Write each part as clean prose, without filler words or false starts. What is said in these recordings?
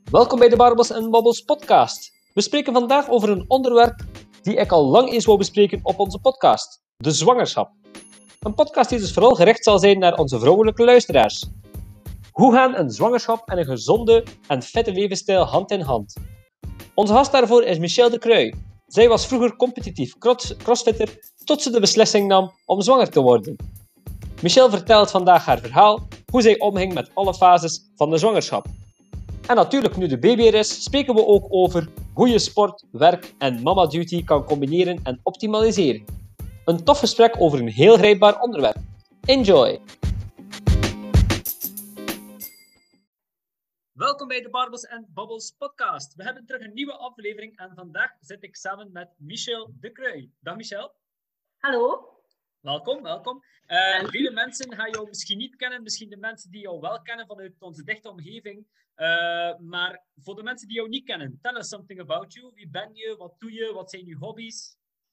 Welkom bij de Barbels en Babbels podcast. We spreken vandaag over een onderwerp die ik al lang eens wou bespreken op onze podcast. De zwangerschap. Een podcast die dus vooral gericht zal zijn naar onze vrouwelijke luisteraars. Hoe gaan een zwangerschap en een gezonde en fitte levensstijl hand in hand? Onze gast daarvoor is Michelle de Cruy. Zij was vroeger competitief crossfitter tot ze de beslissing nam om zwanger te worden. Michelle vertelt vandaag haar verhaal, hoe zij omging met alle fases van de zwangerschap. En natuurlijk, nu de baby er is, spreken we ook over hoe je sport, werk en mama duty kan combineren en optimaliseren. Een tof gesprek over een heel grijpbaar onderwerp. Enjoy! Welkom bij de Barbels en Babbels podcast. We hebben terug een nieuwe aflevering en vandaag zit ik samen met Michelle de Cruy. Dag Michelle. Hallo. Welkom. Vele mensen gaan jou misschien niet kennen, misschien de mensen die jou wel kennen vanuit onze dichte omgeving. Maar voor de mensen die jou niet kennen, tell us something about you. Wie ben je? Wat doe je? Wat zijn je hobby's?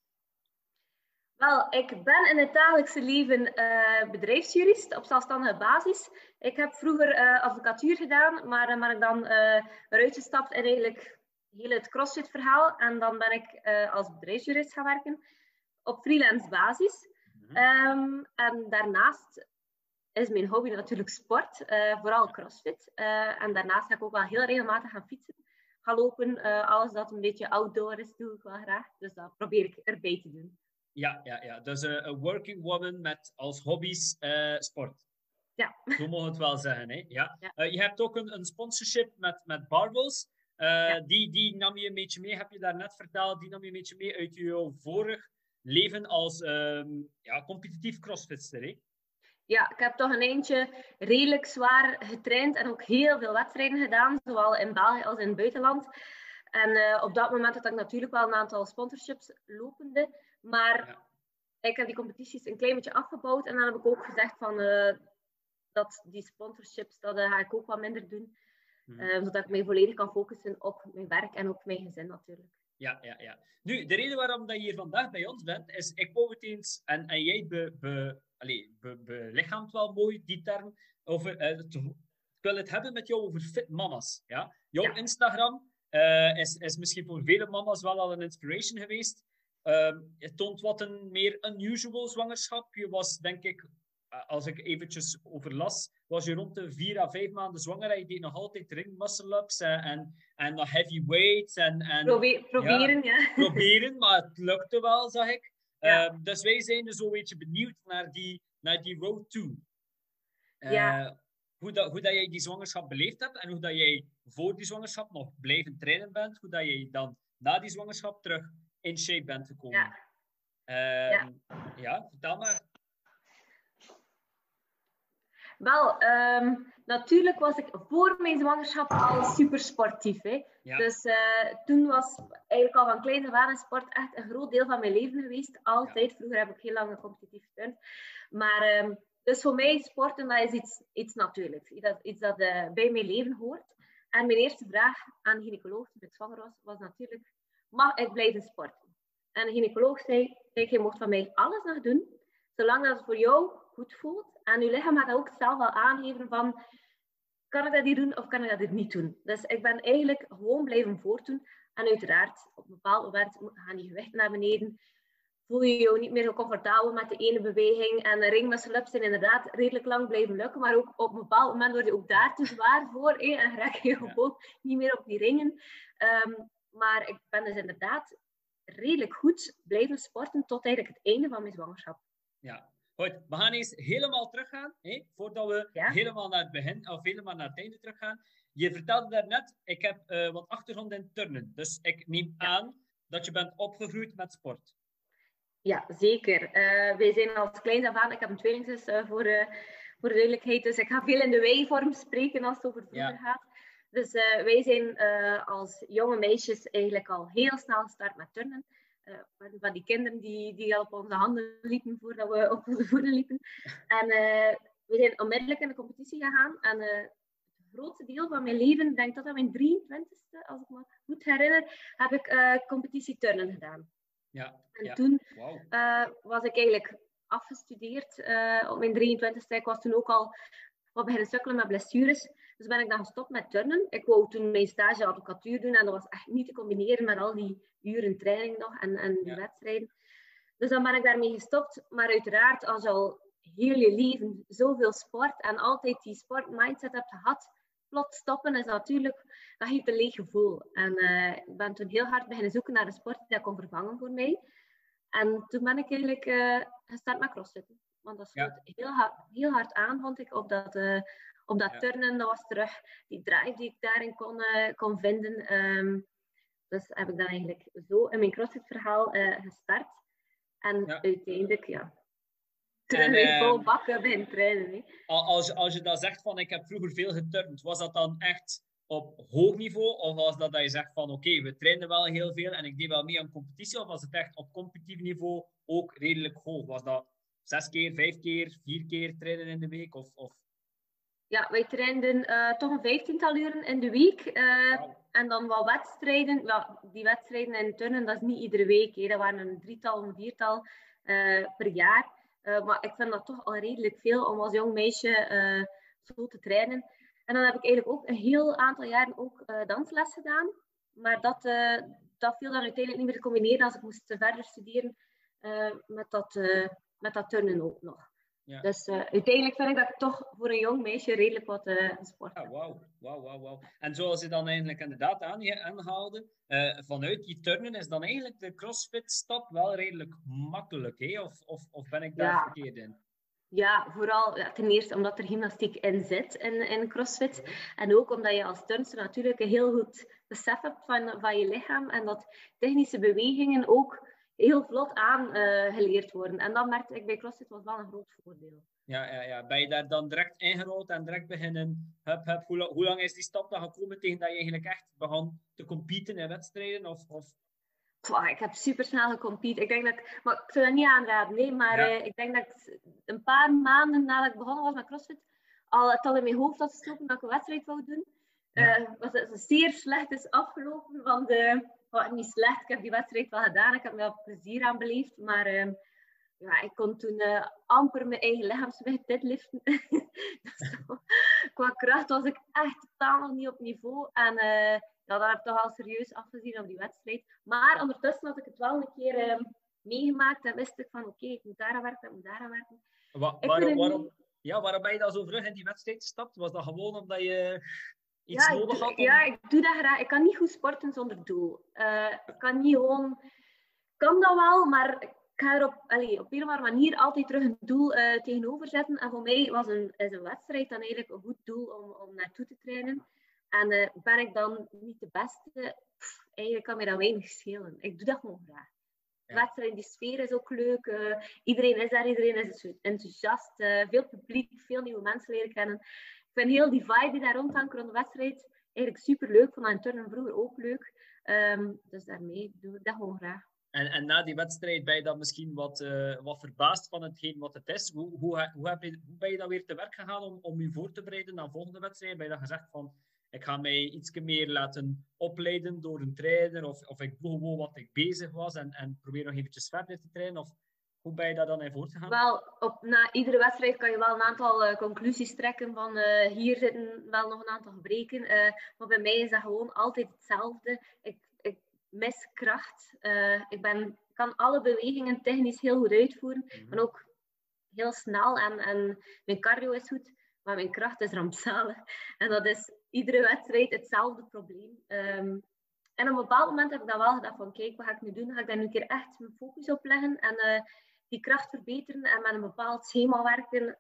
Wel, ik ben in het dagelijkse leven bedrijfsjurist op zelfstandige basis. Ik heb vroeger advocatuur gedaan, maar ben ik dan eruit gestapt in eigenlijk heel het CrossFit verhaal. En dan ben ik als bedrijfsjurist gaan werken op freelance basis. En daarnaast is mijn hobby natuurlijk sport, vooral CrossFit. En daarnaast ga ik ook wel heel regelmatig gaan fietsen, gaan lopen. Alles dat een beetje outdoor is, doe ik wel graag. Dus dat probeer ik erbij te doen. Ja. Dus een working woman met als hobby's sport. Ja. Zo mogen we het wel zeggen, hè? Ja. Ja. Je hebt ook een sponsorship met Barbels. Ja. Die nam je een beetje mee, heb je daarnet verteld, die nam je een beetje mee uit je vorig leven als competitief crossfitster, hè? Ja, ik heb toch een eentje redelijk zwaar getraind en ook heel veel wedstrijden gedaan, zowel in België als in het buitenland. En op dat moment had ik natuurlijk wel een aantal sponsorships lopende, maar ik heb die competities een klein beetje afgebouwd en dan heb ik ook gezegd van dat die sponsorships, dat ga ik ook wat minder doen, zodat ik mij volledig kan focussen op mijn werk en op mijn gezin natuurlijk. Ja. Nu, de reden waarom dat je hier vandaag bij ons bent, is ik wou het eens, en jij belichaamt wel mooi die term, ik wil het hebben met jou over fit mama's. Ja? Jouw Instagram is misschien voor vele mama's wel al een inspiration geweest. Het toont wat een meer unusual zwangerschap. Je was, denk ik, als ik eventjes overlas, was je rond de 4 à 5 maanden zwanger en je deed nog altijd ring muscle-ups en nog heavy weights. Proberen, ja. Proberen, maar het lukte wel, zag ik. Ja. Dus wij zijn dus een beetje benieuwd naar die road to. Hoe dat jij die zwangerschap beleefd hebt en hoe dat jij voor die zwangerschap nog blijven trainen bent, hoe dat jij dan na die zwangerschap terug in shape bent gekomen. Vertel maar. Wel, natuurlijk was ik voor mijn zwangerschap al super sportief. Hè. Ja. Dus toen was eigenlijk al van kleins af aan sport echt een groot deel van mijn leven geweest. Altijd. Ja. Vroeger heb ik heel lang competitief geturnd. Maar dus voor mij sporten, dat is iets natuurlijks. Iets dat bij mijn leven hoort. En mijn eerste vraag aan de gynaecoloog toen ik zwanger was natuurlijk, mag ik blijven sporten? En de gynaecoloog zei, kijk, je mocht van mij alles nog doen, zolang dat het voor jou goed voelt. En je lichaam gaat ook zelf wel aangeven van, kan ik dat hier doen of kan ik dat hier niet doen? Dus ik ben eigenlijk gewoon blijven voortdoen. En uiteraard, op een bepaald moment gaan die gewichten naar beneden. Voel je je niet meer zo comfortabel met de ene beweging. En de ringmuscle-ups zijn inderdaad redelijk lang blijven lukken. Maar ook op een bepaald moment word je ook daar te zwaar voor. En raak je gewoon niet meer op die ringen. Maar ik ben dus inderdaad redelijk goed blijven sporten tot eigenlijk het einde van mijn zwangerschap. Ja. Goed, we gaan eens helemaal teruggaan, voordat we helemaal naar het begin of helemaal naar het einde teruggaan. Je vertelde daarnet, ik heb wat achtergrond in turnen. Dus ik neem aan dat je bent opgegroeid met sport. Ja, zeker. Wij zijn als kleins af aan, ik heb een tweelingzus voor de duidelijkheid, dus ik ga veel in de wij-vorm spreken als het over vroeger gaat. Dus wij zijn als jonge meisjes eigenlijk al heel snel gestart met turnen. Van die kinderen die al op onze handen liepen voordat we op onze voeten liepen. En we zijn onmiddellijk in de competitie gegaan. En het grootste deel van mijn leven, ik denk tot aan mijn 23e, als ik me goed herinner, heb ik competitie turnen gedaan. En toen was ik eigenlijk afgestudeerd op mijn 23e. Ik was toen ook al wat beginnen sukkelen met blessures. Dus ben ik dan gestopt met turnen. Ik wou toen mijn stage advocatuur doen en dat was echt niet te combineren met al die uren training nog en die wedstrijden. Dus dan ben ik daarmee gestopt. Maar uiteraard, als je al heel je leven zoveel sport en altijd die sportmindset hebt gehad, plots stoppen is natuurlijk, dat geeft een leeg gevoel. En ik ben toen heel hard beginnen zoeken naar een sport die dat kon vervangen voor mij. En toen ben ik eigenlijk gestart met crossfit. Want dat sloot heel hard aan, vond ik, op dat turnen. Dat was terug die drive die ik daarin kon vinden. Dus heb ik dan eigenlijk zo in mijn crossfit-verhaal gestart. En uiteindelijk, terug weer vol bakken beginnen trainen. Hè. Als je dan zegt van, ik heb vroeger veel geturnd, was dat dan echt op hoog niveau? Of was dat je zegt van, oké, we trainen wel heel veel en ik deed wel mee aan competitie? Of was het echt op competitief niveau ook redelijk hoog? Was dat 6 keer, 5 keer, 4 keer trainen in de week? Of? Ja, wij trainden toch een 15-tal uren in de week. En dan wat wedstrijden. Ja, die wedstrijden in turnen, dat is niet iedere week. Hè. Dat waren een 3-tal, een 4-tal per jaar. Maar ik vind dat toch al redelijk veel om als jong meisje zo te trainen. En dan heb ik eigenlijk ook een heel aantal jaren ook dansles gedaan. Maar dat viel dan uiteindelijk niet meer te combineren als ik moest verder studeren met dat turnen ook nog. Ja. Dus uiteindelijk vind ik dat ik toch voor een jong meisje redelijk wat sport heb. Wauw. En zoals je dan eigenlijk inderdaad aanhaalde, vanuit die turnen is dan eigenlijk de crossfit-stap wel redelijk makkelijk, hè? Of ben ik daar verkeerd in? Ja, vooral ten eerste omdat er gymnastiek in zit in crossfit. En ook omdat je als turnster natuurlijk een heel goed besef hebt van je lichaam. En dat technische bewegingen ook heel vlot aangeleerd worden. En dat merkte ik bij CrossFit was wel een groot voordeel. Ja. Ben je daar dan direct ingerold en direct beginnen? Hoe lang is die stap dan gekomen tegen dat je eigenlijk echt begon te competen in wedstrijden? Of? Ik heb super snel gecompete. Ik denk maar ik zou dat niet aanraden, nee. Maar ik denk dat ik een paar maanden nadat ik begonnen was met CrossFit het al in mijn hoofd had gestoken dat ik een wedstrijd wou doen. Was het zeer slecht is afgelopen. Want niet slecht, ik heb die wedstrijd wel gedaan. Ik heb me wel plezier aan beleefd. Maar ik kon toen amper mijn eigen lichaamsgewicht deadliften. Dus qua kracht was ik echt totaal nog niet op niveau. En dan heb ik toch al serieus afgezien op die wedstrijd. Maar ondertussen had ik het wel een keer meegemaakt. En wist ik van oké, ik moet daar aan werken, Waarom ben je dan zo vlug in die wedstrijd gestapt? Was dat gewoon omdat je iets nodig had? Ja, ik doe dat graag. Ik kan niet goed sporten zonder doel. Ik kan niet gewoon... Ik kan dat wel, maar ik ga er op een of andere manier altijd terug een doel tegenover zetten. En voor mij is een wedstrijd dan eigenlijk een goed doel om naartoe te trainen. En ben ik dan niet de beste? Eigenlijk kan mij dat weinig schelen. Ik doe dat gewoon graag. De wedstrijd, die sfeer is ook leuk. Iedereen is daar, iedereen is enthousiast. Veel publiek, veel nieuwe mensen leren kennen. Ik vind heel die vibe die daar rondhangt rond de wedstrijd eigenlijk super leuk. Vond in turnen vroeger ook leuk. Dus daarmee doe ik dat gewoon graag. En na die wedstrijd ben je dan misschien wat verbaasd van hetgeen wat het is. Hoe ben je dan weer te werk gegaan om je voor te bereiden naar de volgende wedstrijd? Ben je dan gezegd van, ik ga mij iets meer laten opleiden door een trainer, of ik doe gewoon wat ik bezig was en probeer nog eventjes verder te trainen? Of hoe ben je daar dan in voortgegaan? Wel, na iedere wedstrijd kan je wel een aantal conclusies trekken van hier zitten wel nog een aantal gebreken. Maar bij mij is dat gewoon altijd hetzelfde. Ik mis kracht. Ik kan alle bewegingen technisch heel goed uitvoeren. Ik ben ook heel snel en mijn cardio is goed. Maar mijn kracht is rampzalig. En dat is iedere wedstrijd hetzelfde probleem. En op een bepaald moment heb ik dat wel gedacht van kijk, wat ga ik nu doen? Ga ik daar nu een keer echt mijn focus op leggen en die kracht verbeteren en met een bepaald schema werken.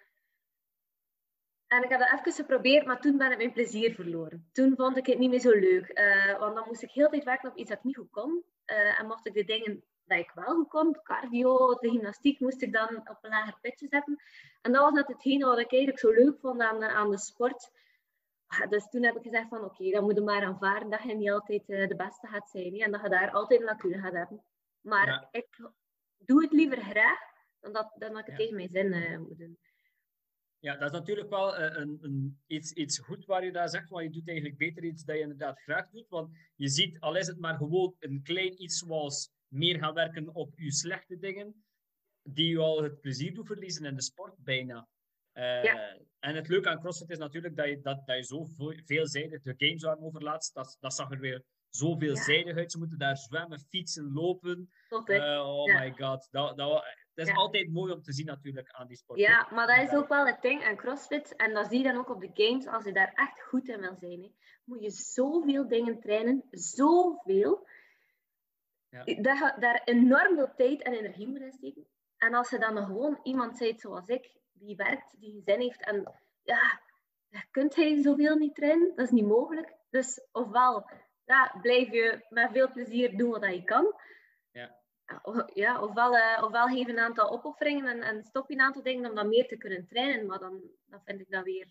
En ik heb dat even geprobeerd, maar toen ben ik mijn plezier verloren. Toen vond ik het niet meer zo leuk. Want dan moest ik heel de tijd werken op iets dat ik niet goed kon. En mocht ik de dingen dat ik wel goed kon, cardio, de gymnastiek, moest ik dan op een lager pitje zetten. En dat was net hetgene wat ik eigenlijk zo leuk vond aan de sport. Dus toen heb ik gezegd van oké, dan moet je maar aanvaarden dat je niet altijd de beste gaat zijn. En dat je daar altijd een lacune gaat hebben. Maar ik doe het liever graag dan dat ik het tegen mijn zin moet doen. Ja, dat is natuurlijk wel iets goed waar je daar zegt, want je doet eigenlijk beter iets dat je inderdaad graag doet. Want je ziet, al is het maar gewoon een klein iets zoals meer gaan werken op je slechte dingen, die je al het plezier doet verliezen in de sport bijna. En het leuke aan CrossFit is natuurlijk dat je zo veelzijdig de games over laatst, dat zag er weer zo veelzijdig uit. Ze moeten daar zwemmen, fietsen, lopen. My god. Dat is altijd mooi om te zien natuurlijk aan die sport. Ja, maar dat is ook wel het ding aan CrossFit. En dat zie je dan ook op de games. Als je daar echt goed in wil zijn, hè, moet je zoveel dingen trainen. Zoveel. Ja. Dat je daar enorm veel tijd en energie moet in steken. En als je dan gewoon iemand bent zoals ik, die werkt, die zin heeft. En ja, kunt hij zoveel niet trainen. Dat is niet mogelijk. Dus ofwel blijf je met veel plezier doen wat je kan. Ja, ofwel geef een aantal opofferingen en stop je een aantal dingen om dan meer te kunnen trainen. Maar dan vind ik dat weer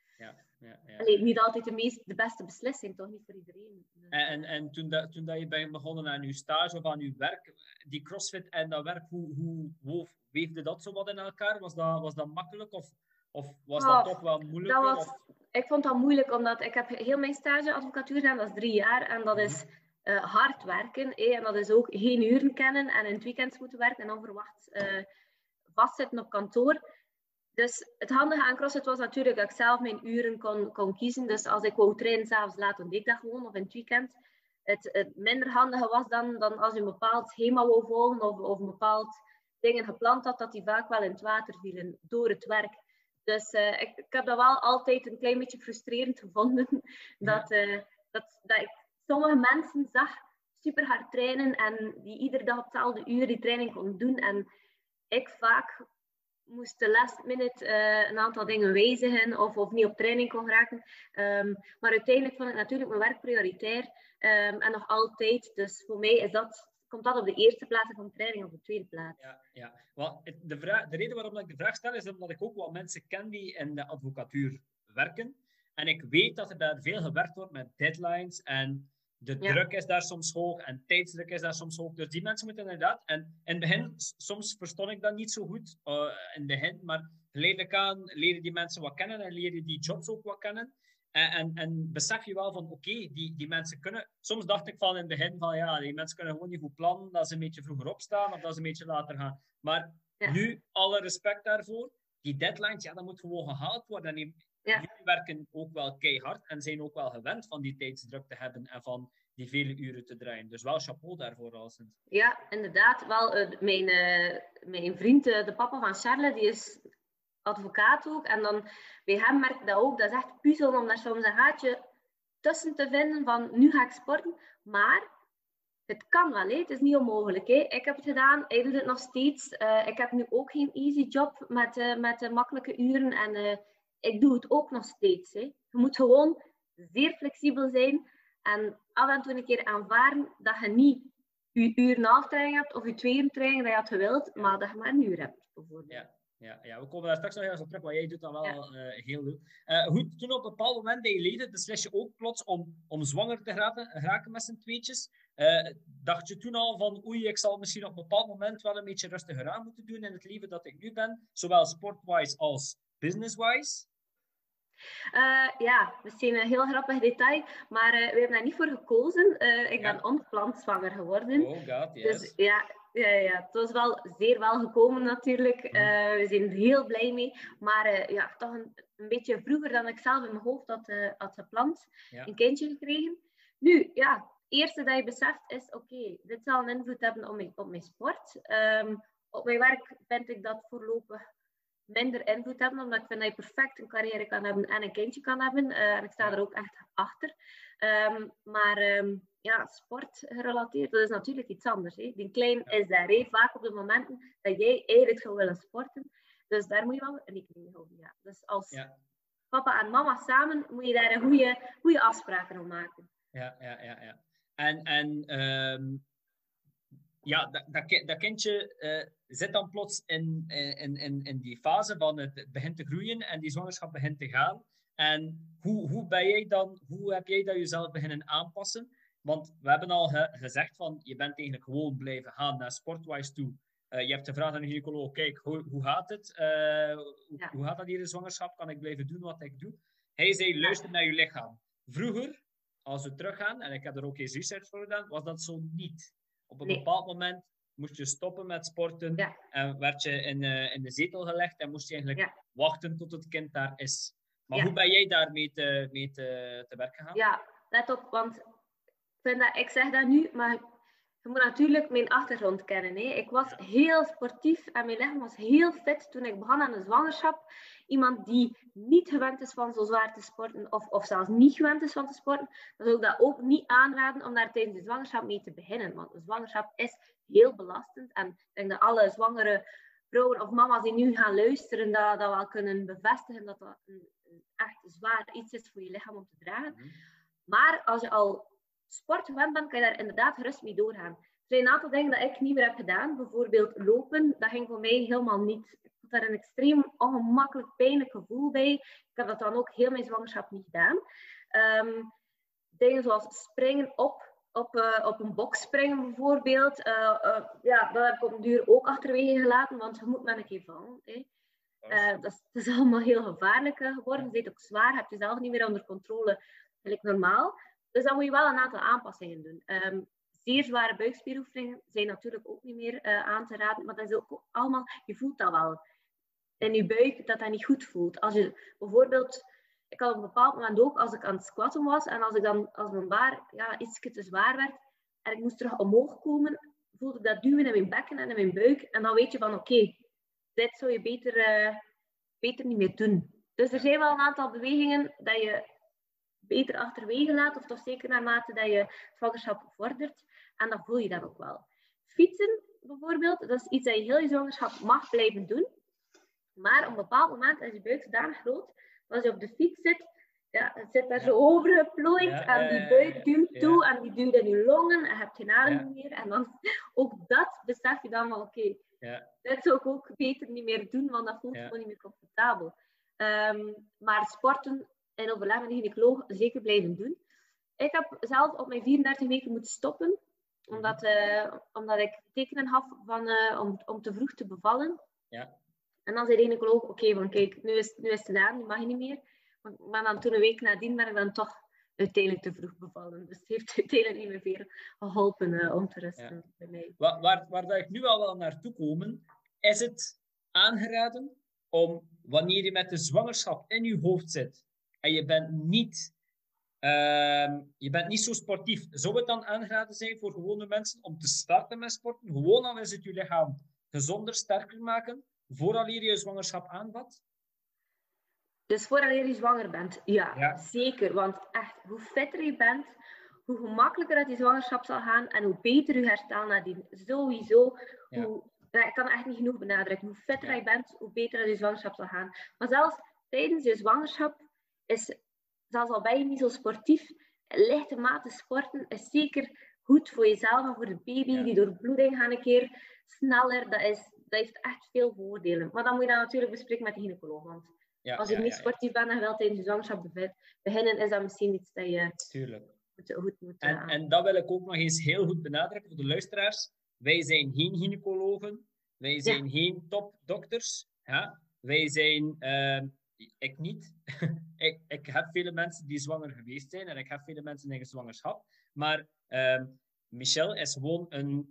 niet altijd de beste beslissing, toch niet voor iedereen. En toen dat je bent begonnen aan je stage of aan je werk, die CrossFit en dat werk, hoe weefde dat zo wat in elkaar? Was dat makkelijk of was dat toch wel moeilijker? Ik vond dat moeilijk, omdat ik heb heel mijn stage advocatuur gedaan, dat is 3 jaar. En dat is hard werken. En dat is ook geen uren kennen en in het weekend moeten werken en onverwacht vastzitten op kantoor. Dus het handige aan CrossFit was natuurlijk dat ik zelf mijn uren kon kiezen. Dus als ik wou trainen s'avonds laat, dan deed ik dat gewoon, of in het weekend. Het minder handige was dan als je een bepaald schema wou volgen of een bepaald dingen gepland had, dat die vaak wel in het water vielen door het werk. Dus ik heb dat wel altijd een klein beetje frustrerend gevonden. Dat ik sommige mensen zag super hard trainen en die iedere dag op hetzelfde uur die training kon doen. En ik vaak moest de last minute een aantal dingen wijzigen of niet op training kon geraken. Maar uiteindelijk vond ik natuurlijk mijn werk prioritair en nog altijd. Dus voor mij komt dat op de eerste plaats en komt training op de tweede plaats. Ja. Well, de reden waarom ik de vraag stel is omdat ik ook wat mensen ken die in de advocatuur werken. En ik weet dat er daar veel gewerkt wordt met deadlines en de druk is daar soms hoog en tijdsdruk is daar soms hoog. Dus die mensen moeten inderdaad... En in het begin, soms verstond ik dat niet zo goed in het begin, maar geleidelijk aan leren die mensen wat kennen en leren die jobs ook wat kennen. En besef je wel van, oké, die mensen kunnen... Soms dacht ik van in het begin van, die mensen kunnen gewoon niet goed plannen, dat ze een beetje vroeger opstaan of dat ze een beetje later gaan. Maar nu, alle respect daarvoor, die deadlines, dat moet gewoon gehaald worden. En jullie werken ook wel keihard en zijn ook wel gewend van die tijdsdruk te hebben en van die vele uren te draaien. Dus wel chapeau daarvoor, alleszins. Ja, inderdaad. Wel, mijn vriend, de papa van Charles, die is advocaat ook. En dan bij hem merk ik dat ook. Dat is echt puzzel om daar soms een gaatje tussen te vinden van nu ga ik sporten. Maar het kan wel, hè. Het is niet onmogelijk. Hè. Ik heb het gedaan, hij doet het nog steeds. Ik heb nu ook geen easy job met makkelijke uren. En ik doe het ook nog steeds. Hè. Je moet gewoon zeer flexibel zijn. En af en toe een keer aanvaarden dat je niet je uur en half training hebt of je 2 uur training dat je had gewild, maar dat je maar een uur hebt, bijvoorbeeld. Ja, we komen daar straks nog eens op terug, maar jij doet dat wel heel leuk. Goed, toen op een bepaald moment bij je leven beslist je ook plots om zwanger te raken met z'n tweetjes. Dacht je toen al van, oei, ik zal misschien op een bepaald moment wel een beetje rustiger aan moeten doen in het leven dat ik nu ben, zowel sportwise als businesswise? Misschien een heel grappig detail, maar we hebben daar niet voor gekozen. Ik ben ongepland zwanger geworden. Oh god, yes. Dus ja, het was wel zeer wel gekomen natuurlijk. We zijn er heel blij mee. Maar toch een beetje vroeger dan ik zelf in mijn hoofd had gepland. Een kindje gekregen. Nu, het eerste dat je beseft is, oké, dit zal een invloed hebben op mijn sport. Op mijn werk vind ik dat voorlopig minder invloed hebben, omdat ik vind dat je perfect een carrière kan hebben en een kindje kan hebben. En ik sta er ook echt achter. Sport gerelateerd, dat is natuurlijk iets anders. Hè. Die klein is daar, hè. Vaak op de momenten dat jij eigenlijk zou willen sporten. Dus daar moet je wel rekening mee houden. Ja. Dus als papa en mama samen moet je daar een goede afspraken op maken. Ja. Dat kindje zit dan plots in die fase van het begint te groeien en die zwangerschap begint te gaan. En hoe heb jij dat jezelf beginnen aanpassen? Want we hebben al gezegd van, je bent eigenlijk gewoon blijven gaan naar sportwise toe. Je hebt gevraagd aan de gynaecoloog, kijk, hoe gaat het? Hoe gaat dat hier in zwangerschap? Kan ik blijven doen wat ik doe? Hij zei, luister naar je lichaam. Vroeger, als we teruggaan, en ik heb er ook eens research voor gedaan, was dat zo niet. Op een bepaald moment moest je stoppen met sporten. Ja. En werd je in de zetel gelegd en moest je eigenlijk wachten tot het kind daar is. Maar hoe ben jij daarmee te werk gegaan? Ja, let op, want ik zeg dat nu, maar je moet natuurlijk mijn achtergrond kennen. Hè. Ik was heel sportief en mijn lichaam was heel fit toen ik begon aan de zwangerschap. Iemand die niet gewend is van zo zwaar te sporten, of zelfs niet gewend is van te sporten, dan zou ik dat ook niet aanraden om daar tijdens de zwangerschap mee te beginnen. Want de zwangerschap is heel belastend. En ik denk dat alle zwangere vrouwen of mama's die nu gaan luisteren, dat wel kunnen bevestigen dat dat een echt zwaar iets is voor je lichaam om te dragen. Maar als je al sport gewend bent, kan je daar inderdaad gerust mee doorgaan. Er zijn een aantal dingen dat ik niet meer heb gedaan. Bijvoorbeeld lopen, dat ging voor mij helemaal niet. Ik had daar een extreem ongemakkelijk, pijnlijk gevoel bij. Ik heb dat dan ook heel mijn zwangerschap niet gedaan. Dingen zoals springen op een box springen bijvoorbeeld. Dat heb ik op een duur ook achterwege gelaten, want je moet met een keer vallen. Dat is allemaal heel gevaarlijk geworden. Het is ook zwaar, heb je zelf niet meer onder controle, gelijk normaal. Dus dan moet je wel een aantal aanpassingen doen. Zeer zware buikspieroefeningen zijn natuurlijk ook niet meer aan te raden, maar dat is ook allemaal, je voelt dat wel in je buik, dat niet goed voelt. Als je bijvoorbeeld, ik had op een bepaald moment ook, als ik aan het squatten was en als mijn baar iets te zwaar werd en ik moest terug omhoog komen, voelde ik dat duwen in mijn bekken en in mijn buik. En dan weet je van oké, dit zou je beter niet meer doen. Dus er zijn wel een aantal bewegingen dat je beter achterwege laat, of toch zeker naarmate dat je zwangerschap vordert. En dan voel je dat ook wel. Fietsen bijvoorbeeld, dat is iets dat je heel je zwangerschap mag blijven doen. Maar op een bepaald moment is je buik zodanig groot, dat als je op de fiets zit, het zit daar zo overgeplooid en die buik duwt toe en die duwt in je longen en je hebt geen adem meer. En dan ook dat besef je dan van oké, dit zou ik ook beter niet meer doen, want dat voelt gewoon niet meer comfortabel. Maar sporten en overleg met de gynaecoloog zeker blijven doen. Ik heb zelf op mijn 34 weken moeten stoppen, omdat ik tekenen had om te vroeg te bevallen. Ja. En dan zei de gynaecoloog, oké, kijk, nu is het gedaan, nu mag je niet meer. Maar dan toen een week nadien ben ik dan toch uiteindelijk te vroeg bevallen. Dus het heeft uiteindelijk niet meer veel geholpen om te rusten bij mij. Waar dat ik nu al wel naartoe komen, is het aangeraden om, wanneer je met de zwangerschap in je hoofd zit en je bent niet zo sportief, zou het dan aangeraden zijn voor gewone mensen om te starten met sporten? Gewoon al is het je lichaam gezonder, sterker maken, vooraleer je zwangerschap aanvat? Dus vooraleer je zwanger bent, ja, zeker. Want echt, hoe fitter je bent, hoe gemakkelijker dat die zwangerschap zal gaan en hoe beter je herstel nadien. Sowieso. Ik kan echt niet genoeg benadrukken. Hoe fitter je bent, hoe beter dat je zwangerschap zal gaan. Maar zelfs tijdens je zwangerschap is, zelfs al ben je niet zo sportief, lichte mate sporten is zeker goed voor jezelf en voor de baby. Die doorbloeding gaat een keer sneller. Dat heeft echt veel voordelen. Maar dan moet je dat natuurlijk bespreken met de gynaecoloog. Want als je niet sportief bent en je wilt tijdens je zwangerschap beginnen, is dat misschien iets dat je goed moet en dat wil ik ook nog eens heel goed benadrukken voor de luisteraars. Wij zijn geen gynaecologen. Wij zijn geen topdokters. Ja? Wij zijn... ik niet. ik heb vele mensen die zwanger geweest zijn en ik heb vele mensen in zwangerschap. Maar Michelle is gewoon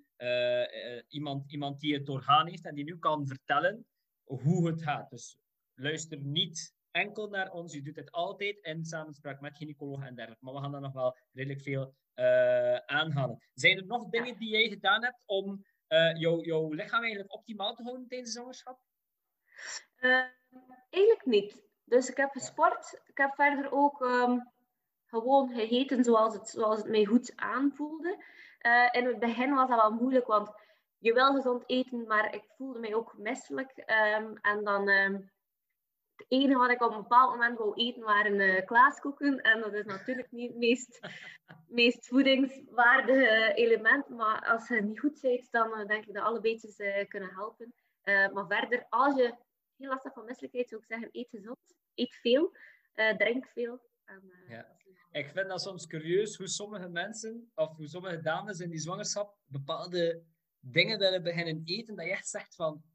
iemand die het doorgaan heeft en die nu kan vertellen hoe het gaat. Dus luister niet enkel naar ons. Je doet het altijd in samenspraak met gynaecologen en dergelijke. Maar we gaan daar nog wel redelijk veel aanhalen. Zijn er nog dingen die jij gedaan hebt om jouw lichaam eigenlijk optimaal te houden tijdens de zwangerschap? Eigenlijk niet. Dus ik heb gesport. Ik heb verder ook gewoon gegeten zoals het mij goed aanvoelde. In het begin was dat wel moeilijk, want je wil gezond eten, maar ik voelde mij ook misselijk. En dan het enige wat ik op een bepaald moment wou eten waren klaaskoeken. En dat is natuurlijk niet het meest voedingswaardige element. Maar als je niet goed bent, dan denk ik dat alle beetjes kunnen helpen. Maar verder, als je heel last hebt van misselijkheid, zou ik zeggen, eet gezond. Eet veel. Drink veel. Ik vind dat soms curieus hoe sommige mensen, of hoe sommige dames in die zwangerschap, bepaalde dingen willen beginnen eten, dat je echt zegt van...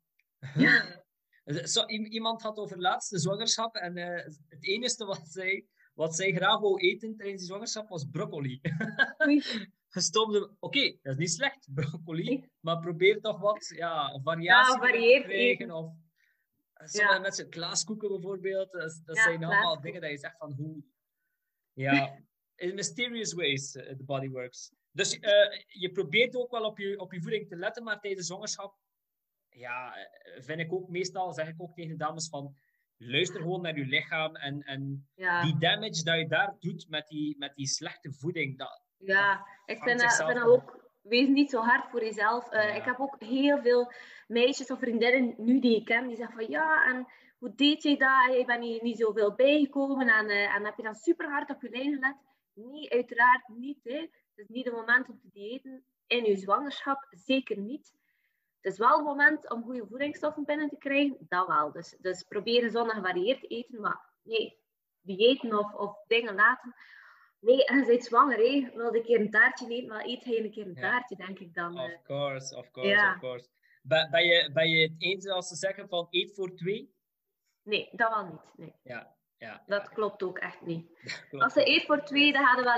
Iemand had over laatste zwangerschap en het enige wat zij graag wou eten tijdens die zwangerschap was broccoli. Oké, dat is niet slecht, broccoli, maar probeer toch wat variatie Ja, varieert te krijgen. eten. Of sommige mensen, klaaskoeken bijvoorbeeld, dat zijn allemaal dingen dat je zegt van hoe... Ja, in mysterious ways, the body works. Dus je probeert ook wel op je voeding te letten, maar tijdens zwangerschap, vind ik ook meestal, zeg ik ook tegen de dames van, luister gewoon naar je lichaam en die damage dat je daar doet met die slechte voeding, ik vind dat ook... Wees niet zo hard voor jezelf. Ik heb ook heel veel meisjes of vriendinnen nu die ik ken, die zeggen van en hoe deed je dat? Je bent niet zoveel bijgekomen en heb je dan super hard op je lijn gelet? Nee, uiteraard niet. Hè. Het is niet het moment om te diëten in je zwangerschap, zeker niet. Het is wel het moment om goede voedingsstoffen binnen te krijgen, dat wel. Dus probeer gezond en gevarieerd te eten, maar nee, diëten of dingen laten... Nee, en je bent zwanger, hè. Wil je een keer een taartje eten, maar eet hij een keer een taartje, denk ik dan. Of course. Ben je het eens als ze zeggen van eet voor 2? Nee, dat wel niet. Nee. Dat klopt ook echt niet. Als ze eet voor 2, dan gaat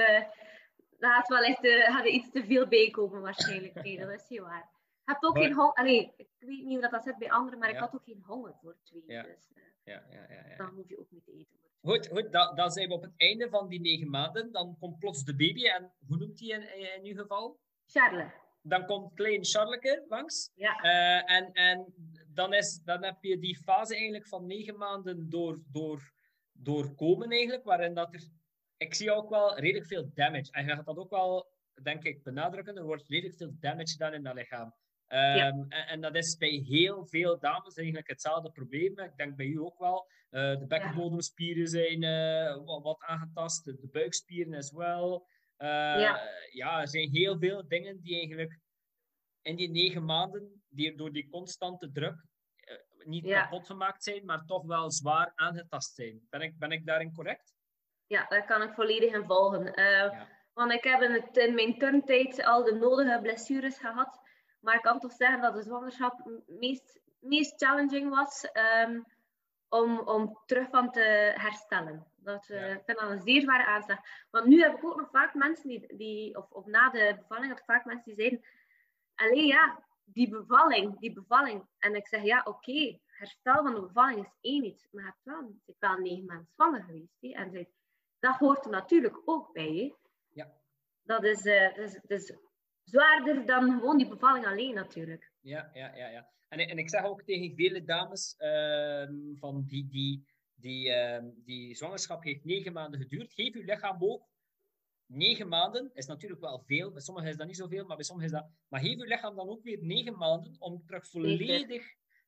er iets te veel bijkomen waarschijnlijk. Nee, dat is niet waar. Je hebt ook geen honger. Ik weet niet hoe dat zit bij anderen, maar ik had ook geen honger voor 2. Dus dan hoef je ook niet te eten. Goed, dan zijn we op het einde van die 9 maanden. Dan komt plots de baby. En hoe noemt hij in uw geval? Charles. Dan komt klein Charleke langs. Ja. En dan heb je die fase eigenlijk van 9 maanden doorkomen eigenlijk. Waarin dat er... Ik zie ook wel redelijk veel damage. En je gaat dat ook wel, denk ik, benadrukken. Er wordt redelijk veel damage gedaan in dat lichaam. En dat is bij heel veel dames eigenlijk hetzelfde probleem. Ik denk bij u ook wel. De bekkenbodemspieren zijn wat aangetast. De buikspieren as well. Er zijn heel veel dingen die eigenlijk in die 9 maanden, die door die constante druk niet kapot gemaakt zijn, maar toch wel zwaar aangetast zijn. Ben ik daarin correct? Ja, daar kan ik volledig in volgen. Want ik heb in mijn turntijd al de nodige blessures gehad. Maar ik kan toch zeggen dat de zwangerschap meest challenging was om terug van te herstellen. Ik vind dat een zeer zware aanslag. Want nu heb ik ook nog vaak mensen of na de bevalling, heb ik vaak mensen die zeiden, die bevalling. En ik zeg, oké, herstel van de bevalling is één iets. Maar je bent wel 9 maanden zwanger geweest. Hè? En dat hoort er natuurlijk ook bij. Hè? Ja. Dat is zwaarder dan gewoon die bevalling alleen natuurlijk. Ja. En ik zeg ook tegen vele dames van die zwangerschap heeft 9 maanden geduurd. Geef uw lichaam ook 9 maanden. Is natuurlijk wel veel. Bij sommigen is dat niet zoveel, maar bij sommigen is dat... Maar geef uw lichaam dan ook weer 9 maanden om terug volledig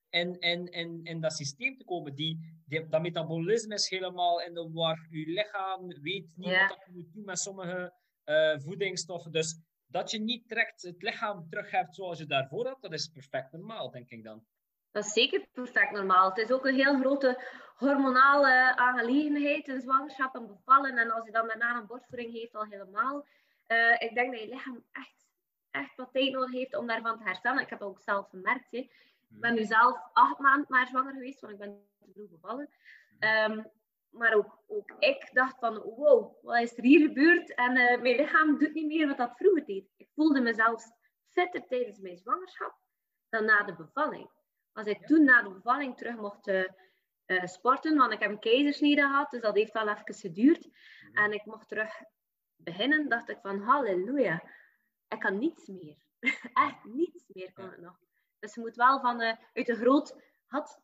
in dat systeem te komen. Dat metabolisme is helemaal in de war. Uw lichaam weet niet wat je moet doen met sommige voedingsstoffen. Dus dat je niet direct het lichaam terug hebt zoals je daarvoor had, dat is perfect normaal, denk ik dan. Dat is zeker perfect normaal. Het is ook een heel grote hormonale aangelegenheid, een zwangerschap en bevallen. En als je dan daarna een borstvoeding heeft, al helemaal. Ik denk dat je lichaam echt wat tijd nodig heeft om daarvan te herstellen. Ik heb dat ook zelf gemerkt. Hè. Ik ben nu zelf 8 maanden maar zwanger geweest, want ik ben te vroeg bevallen. Maar ook ik dacht van, wow, wat is er hier gebeurd? En mijn lichaam doet niet meer wat dat vroeger deed. Ik voelde mezelf fitter tijdens mijn zwangerschap dan na de bevalling. Als ik toen na de bevalling terug mocht sporten, want ik heb een keizersnede gehad, dus dat heeft wel even geduurd. En ik mocht terug beginnen, dacht ik van, halleluja, ik kan niets meer. Echt niets meer kon ik nog. Dus je moet wel uit een groot gat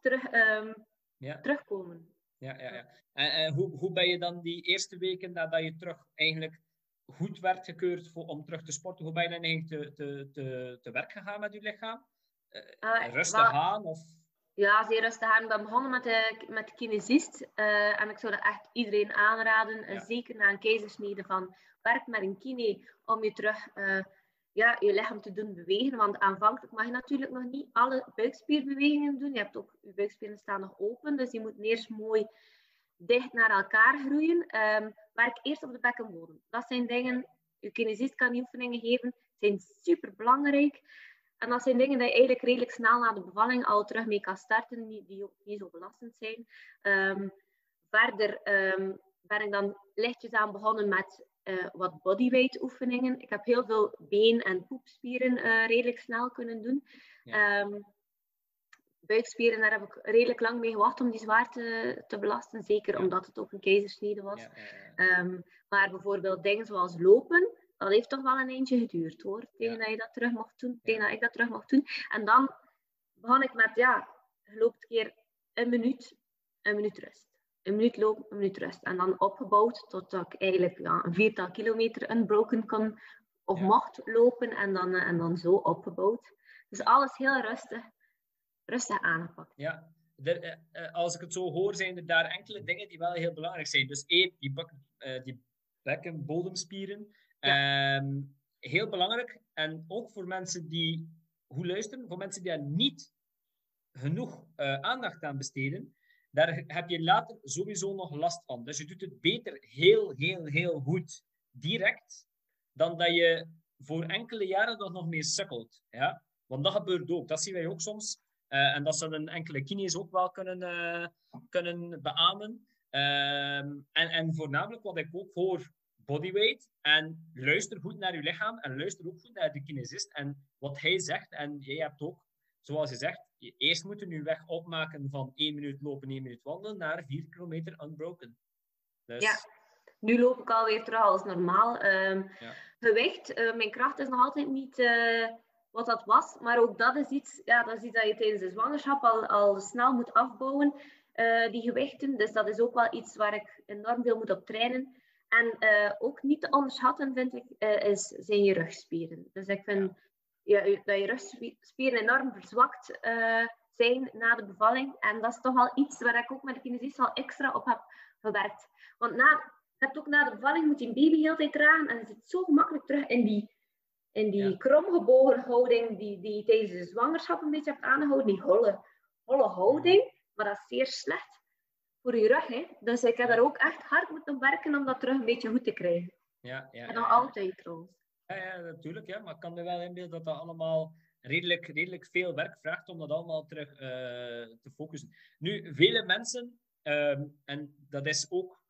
terugkomen. Ja. En hoe ben je dan die eerste weken nadat je terug eigenlijk goed werd gekeurd om terug te sporten, hoe ben je dan eigenlijk te werk gegaan met je lichaam? Rustig aan? Of? Ja, zeer rustig aan. Ik ben begonnen met de kinesist. En ik zou dat echt iedereen aanraden. Zeker na een keizersnede van werk met een kine om je terug je lichaam te doen bewegen. Want aanvankelijk mag je natuurlijk nog niet alle buikspierbewegingen doen. Je hebt ook, je buikspieren staan nog open. Dus die moeten eerst mooi dicht naar elkaar groeien. Werk eerst op de bekkenbodem. Dat zijn dingen, je kinesist kan die oefeningen geven, zijn super belangrijk. En dat zijn dingen die je eigenlijk redelijk snel na de bevalling al terug mee kan starten, die ook niet zo belastend zijn. Verder ben ik dan lichtjes aan begonnen met wat bodyweight oefeningen. Ik heb heel veel been- en poepspieren redelijk snel kunnen doen. Ja. Buikspieren, daar heb ik redelijk lang mee gewacht om die zwaar te belasten. Zeker omdat het ook een keizersnede was. Maar bijvoorbeeld dingen zoals lopen, dat heeft toch wel een eindje geduurd hoor. Tegen dat je dat terug mocht doen, tegen dat ik dat terug mocht doen. En dan begon ik met, je loopt een keer een minuut rust. Een minuut lopen, een minuut rust. En dan opgebouwd totdat ik eigenlijk een 4 kilometer unbroken kon of mocht lopen. En dan zo opgebouwd. Dus alles heel rustig aangepakt. Ja, als ik het zo hoor, zijn er daar enkele dingen die wel heel belangrijk zijn. Dus één, die bekkenbodemspieren. Heel belangrijk. En ook voor mensen die goed luisteren, voor mensen die daar niet genoeg aandacht aan besteden, daar heb je later sowieso nog last van. Dus je doet het beter heel goed direct, dan dat je voor enkele jaren nog mee sukkelt. Ja? Want dat gebeurt ook. Dat zien wij ook soms. En dat zullen enkele kines ook wel kunnen beamen. En voornamelijk wat ik ook hoor, bodyweight. En luister goed naar je lichaam. En luister ook goed naar de kinesist. En wat hij zegt. En jij hebt ook, zoals je zegt, eerst moeten we nu weg opmaken van 1 minuut lopen, 1 minuut wandelen, naar 4 kilometer unbroken. Dus... Ja, nu loop ik alweer terug als normaal. Gewicht, mijn kracht is nog altijd niet wat dat was. Maar ook dat is iets dat je tijdens de zwangerschap al snel moet afbouwen, die gewichten. Dus dat is ook wel iets waar ik enorm veel moet op trainen. En ook niet te onderschatten, vind ik, zijn je rugspieren. Dus ik vind dat je rugspieren enorm verzwakt zijn na de bevalling. En dat is toch wel iets waar ik ook met de kinesist al extra op heb gewerkt. Want na de bevalling moet je een baby heel de tijd dragen. En je zit zo gemakkelijk terug in die kromgebogen houding die je tijdens de zwangerschap een beetje hebt aangehouden. Die holle houding. Maar dat is zeer slecht voor je rug. Hè? Dus ik heb daar ook echt hard moeten werken om dat terug een beetje goed te krijgen. En nog altijd trouwens. Ja, natuurlijk. Ja. Maar ik kan me wel inbeelden dat dat allemaal redelijk veel werk vraagt om dat allemaal terug te focussen. Nu, vele mensen, en dat is ook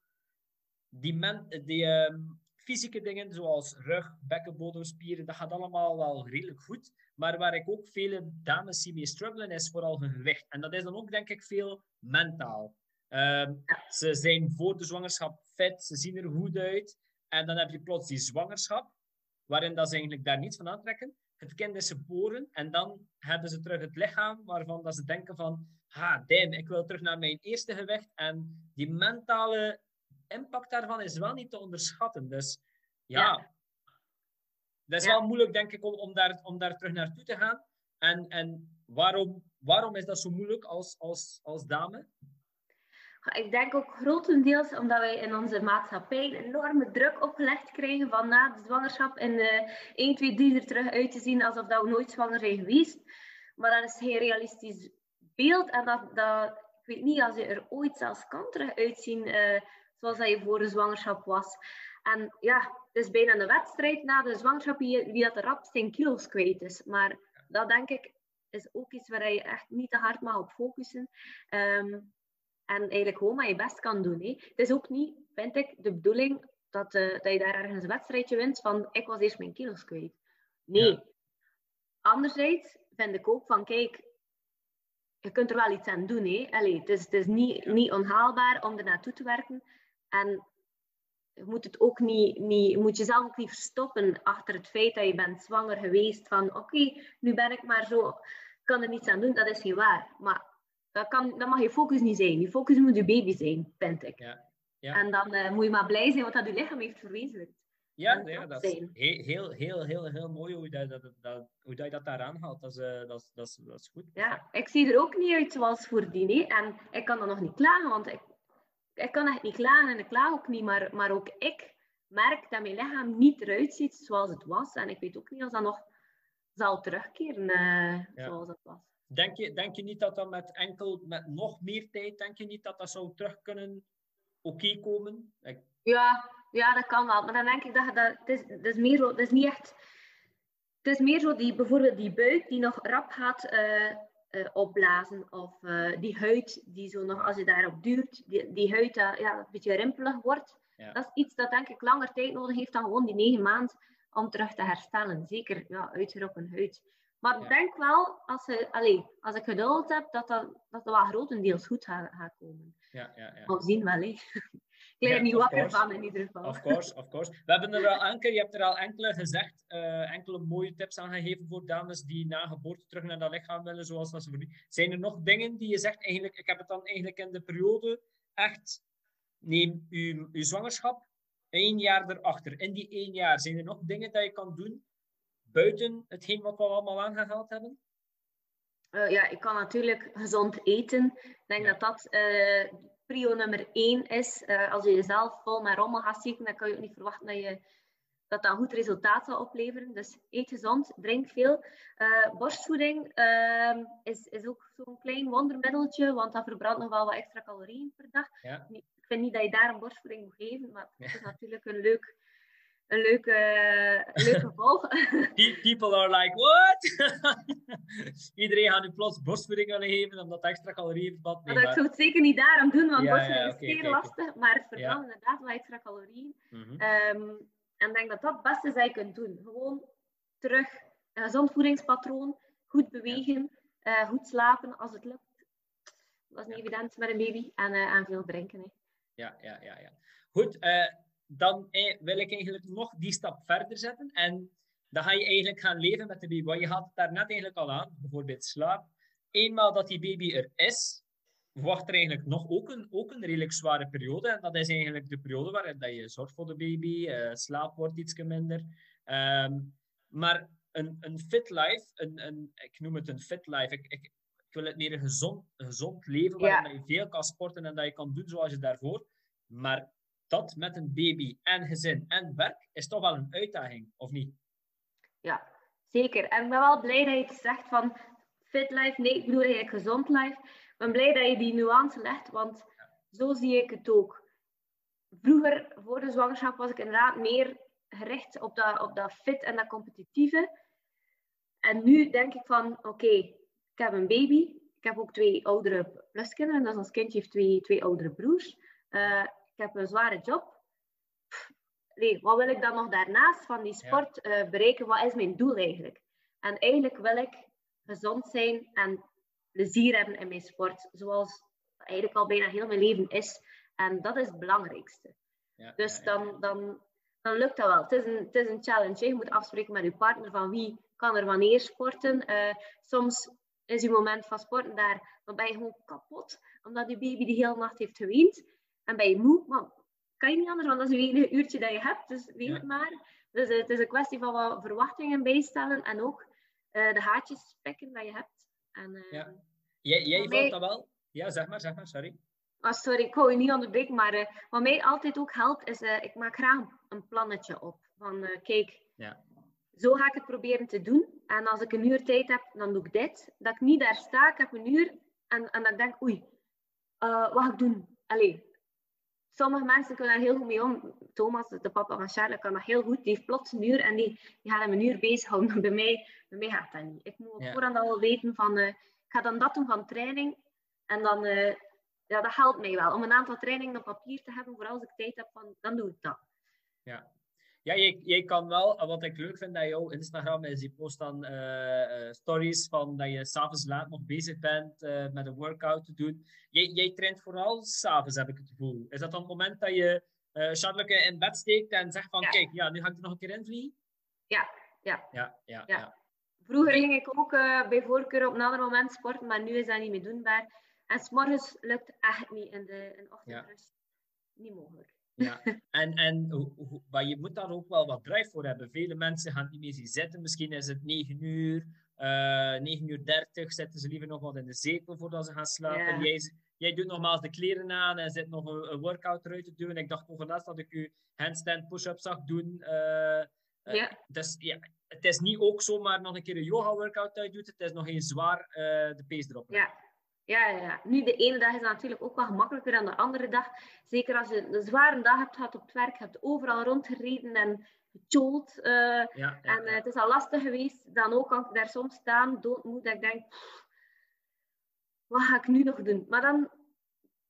die fysieke dingen zoals rug, bekkenbodemspieren, dat gaat allemaal wel redelijk goed. Maar waar ik ook vele dames zie mee struggelen, is vooral hun gewicht. En dat is dan ook, denk ik, veel mentaal. Ze zijn voor de zwangerschap fit, ze zien er goed uit. En dan heb je plots die zwangerschap, waarin dat ze eigenlijk daar niets van aantrekken. Het kind is geboren en dan hebben ze terug het lichaam waarvan dat ze denken van, ik wil terug naar mijn eerste gewicht. En die mentale impact daarvan is wel niet te onderschatten. Dus dat is wel moeilijk, denk ik, om daar terug naartoe te gaan. En waarom is dat zo moeilijk als dame? Ik denk ook grotendeels omdat wij in onze maatschappij een enorme druk opgelegd krijgen van na de zwangerschap en 1, 2, 3 er terug uit te zien alsof dat we nooit zwanger zijn geweest. Maar dat is geen realistisch beeld en ik weet niet als je er ooit zelfs kan terug uitzien zoals dat je voor de zwangerschap was. En het is bijna een wedstrijd na de zwangerschap wie dat de rapst zijn kilo's kwijt is. Maar dat denk ik is ook iets waar je echt niet te hard mag op focussen. En eigenlijk gewoon maar je best kan doen. Hè. Het is ook niet, vind ik, de bedoeling dat je daar ergens een wedstrijdje wint van ik was eerst mijn kilo's kwijt. Nee. Ja. Anderzijds vind ik ook van kijk, je kunt er wel iets aan doen. Hè. Allee, het is niet onhaalbaar om er naartoe te werken. En je moet het ook moet jezelf ook niet verstoppen achter het feit dat je bent zwanger geweest van oké, nu ben ik maar zo, ik kan er niets aan doen. Dat is niet waar. Maar dat mag je focus niet zijn. Je focus moet je baby zijn, vind ik. Ja. En dan moet je maar blij zijn wat dat je lichaam heeft verwezenlijkt. Dat is heel mooi hoe je dat daar aanhaalt. Dat is goed. Ja, ik zie er ook niet uit zoals voordien. Hè. En ik kan dan nog niet klagen, want ik kan echt niet klagen en ik klaag ook niet. Maar ook ik merk dat mijn lichaam niet eruit ziet zoals het was. En ik weet ook niet of dat nog zal terugkeren zoals het was. Denk je niet dat dat met nog meer tijd, denk je niet dat dat zou terug kunnen komen? Ja, dat kan wel. Maar dan denk ik dat het is meer zo, het is niet echt... Het is meer zo bijvoorbeeld die buik die nog rap gaat opblazen. Of die huid die zo nog, als je daarop duurt, die huid dat een beetje rimpelig wordt. Dat is iets dat denk ik langer tijd nodig heeft dan gewoon die 9 maanden om terug te herstellen. Zeker uitgerokken huid. Maar ik denk wel, als ik geduld heb, dat wel grotendeels goed gaat komen. Ja. We zien wel, hè. Ik leer er niet wakker van in ieder geval. Of course. We hebben er al je hebt er al enkele gezegd, enkele mooie tips aan gegeven voor dames die na geboorte terug naar dat lichaam willen, zoals dat ze voor nu. Zijn er nog dingen die je zegt, eigenlijk, ik heb het dan eigenlijk in de periode, echt, neem uw zwangerschap 1 jaar erachter. In die 1 jaar, zijn er nog dingen dat je kan doen, buiten hetgeen wat we allemaal aangehaald hebben? Ik kan natuurlijk gezond eten. Ik denk dat prio nummer 1 is. Als je jezelf vol met rommel gaat steken, dan kan je ook niet verwachten dat een goed resultaat zal opleveren. Dus eet gezond, drink veel. Borstvoeding is ook zo'n klein wondermiddeltje, want dat verbrandt nog wel wat extra calorieën per dag. Ja. Ik vind niet dat je daar een borstvoeding moet geven, maar het is natuurlijk een leuke gevolg. People are like, what? Iedereen gaat nu plots borstvoeding willen geven, omdat extra calorieën verband. Nee, ik zou het zeker niet daarom doen, want borstvoeding is zeer lastig, maar het verbrandt inderdaad wat extra calorieën. En ik denk dat dat het beste is dat je kunt doen. Gewoon terug een gezond voedingspatroon, goed bewegen, goed slapen als het lukt. Dat is niet evident met een baby en veel drinken. Hè. Ja. Goed, dan wil ik eigenlijk nog die stap verder zetten. En dan ga je eigenlijk gaan leven met de baby. Want je had het daar net eigenlijk al aan, bijvoorbeeld slaap. Eenmaal dat die baby er is, wacht er eigenlijk nog ook een redelijk zware periode. En dat is eigenlijk de periode waarin dat je zorgt voor de baby, slaap wordt iets minder. Maar een fit life, ik noem het een fit life. Ik wil het meer een gezond leven, waarin je veel kan sporten en dat je kan doen zoals je daarvoor. Maar dat met een baby en gezin en werk is toch wel een uitdaging, of niet? Ja, zeker. En ik ben wel blij dat je het zegt van fit life. Nee, ik bedoel eigenlijk gezond life. Ik ben blij dat je die nuance legt, want zo zie ik het ook. Vroeger, voor de zwangerschap, was ik inderdaad meer gericht op dat fit en dat competitieve. En nu denk ik van, oké, ik heb een baby. Ik heb ook 2 oudere pluskinderen. Dus ons kindje heeft 2 oudere broers. Ik heb een zware job. Wat wil ik dan nog daarnaast van die sport bereiken? Wat is mijn doel eigenlijk? En eigenlijk wil ik gezond zijn en plezier hebben in mijn sport. Zoals eigenlijk al bijna heel mijn leven is. En dat is het belangrijkste. Dus dan lukt dat wel. Het is een challenge. Je moet afspreken met je partner van wie kan er wanneer sporten. Soms is je moment van sporten daar, dan ben je gewoon kapot. Omdat je baby de hele nacht heeft geweend. En ben je moe, maar kan je niet anders, want dat is je enige uurtje dat je hebt. Dus weet het maar. Dus het is een kwestie van wat verwachtingen bijstellen. En ook de haartjes pikken dat je hebt. En, Jij valt dat wel? Ja, zeg maar, sorry. Sorry, ik wou je niet onderbreken, maar wat mij altijd ook helpt, is ik maak graag een plannetje op. Van kijk, zo ga ik het proberen te doen. En als ik een uur tijd heb, dan doe ik dit. Dat ik niet daar sta, ik heb een uur. En dat ik denk, wat ga ik doen? Allee, sommige mensen kunnen daar heel goed mee om. Thomas, de papa van Charlotte, kan dat heel goed. Die heeft plots een uur en die gaat hem een uur bezighouden. Bij mij gaat dat niet. Ik moet op voorhand al weten van, ik ga dan dat doen van training. En dan, dat helpt mij wel. Om een aantal trainingen op papier te hebben, voor als ik tijd heb, dan doe ik dat. Ja, jij kan wel, wat ik leuk vind aan jouw Instagram is, je post dan stories van dat je s'avonds laat nog bezig bent met een workout te doen. Jij traint vooral s'avonds, heb ik het gevoel. Is dat dan het moment dat je Charlotte in bed steekt en zegt van, kijk, nu ga ik er nog een keer in vliegen? Ja. Vroeger ging ik ook bij voorkeur op een ander moment sporten, maar nu is dat niet meer doenbaar. En 's morgens lukt echt niet in de ochtendrust. Niet mogelijk. Maar je moet daar ook wel wat drive voor hebben. Vele mensen gaan niet meer zien zitten. Misschien is het 9 uur, 9:30, zitten ze liever nog wat in de zetel voordat ze gaan slapen. Jij doet nogmaals de kleren aan en zit nog een workout eruit te doen. Ik dacht overlaatst dat ik u handstand push-ups zag doen. Dus het is niet ook zomaar nog een keer een yoga workout uit doet. Het is nog eens zwaar de pace erop. Ja. Nu, de ene dag is natuurlijk ook wel gemakkelijker dan de andere dag. Zeker als je een zware dag hebt gehad op het werk, hebt overal rondgereden en gechold. Het is al lastig geweest. Dan ook kan ik daar soms staan, doodmoe, dat ik denk, wat ga ik nu nog doen? Maar dan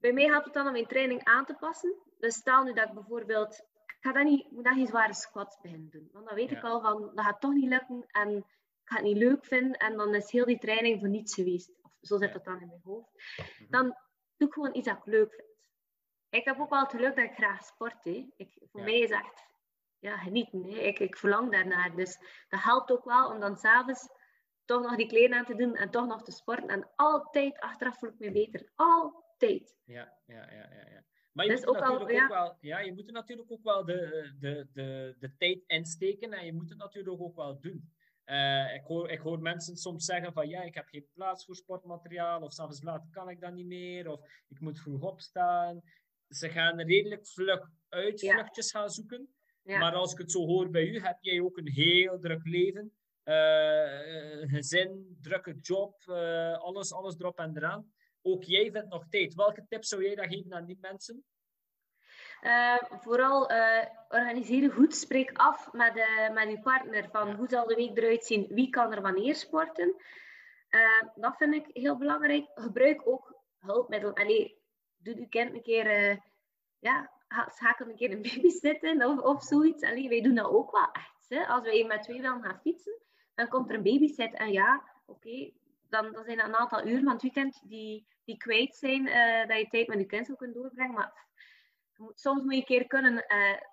bij mij helpt het dan om mijn training aan te passen. Dus stel nu dat ik bijvoorbeeld... Ik moet geen zware squats beginnen doen. Want dan weet ik al van, dat gaat toch niet lukken. En ik ga het niet leuk vinden. En dan is heel die training voor niets geweest. Of zo zit het dan in mijn hoofd. Dan doe ik gewoon iets dat ik leuk vind. Ik heb ook wel het geluk dat ik graag sport. Voor mij is echt genieten. Ik verlang daarnaar. Dus dat helpt ook wel om dan s'avonds toch nog die kleren aan te doen. En toch nog te sporten. En altijd achteraf voel ik me beter. Altijd. Ja. Maar je moet er natuurlijk ook wel de tijd insteken en je moet het natuurlijk ook wel doen. Ik hoor mensen soms zeggen van ik heb geen plaats voor sportmateriaal, of 's avonds laat kan ik dat niet meer, of ik moet vroeg opstaan. Ze gaan redelijk vlug uitvluchtjes gaan zoeken. Ja. Maar als ik het zo hoor bij u, heb jij ook een heel druk leven. Gezin, drukke job, alles erop en eraan. Ook jij vindt nog tijd. Welke tips zou jij dan geven aan die mensen? Vooral organiseren goed. Spreek af met je partner van hoe zal de week eruit zien. Wie kan er wanneer sporten. Dat vind ik heel belangrijk. Gebruik ook hulpmiddelen. Doe je kind een keer... schakel een keer een babysitter of zoiets. Wij doen dat ook wel echt. Hè. Als wij met 2 willen gaan fietsen, dan komt er een babysit. En dan zijn dat een aantal uur van het weekend die kwijt zijn, dat je tijd met je kind zou kunnen doorbrengen. Maar soms moet je een keer kunnen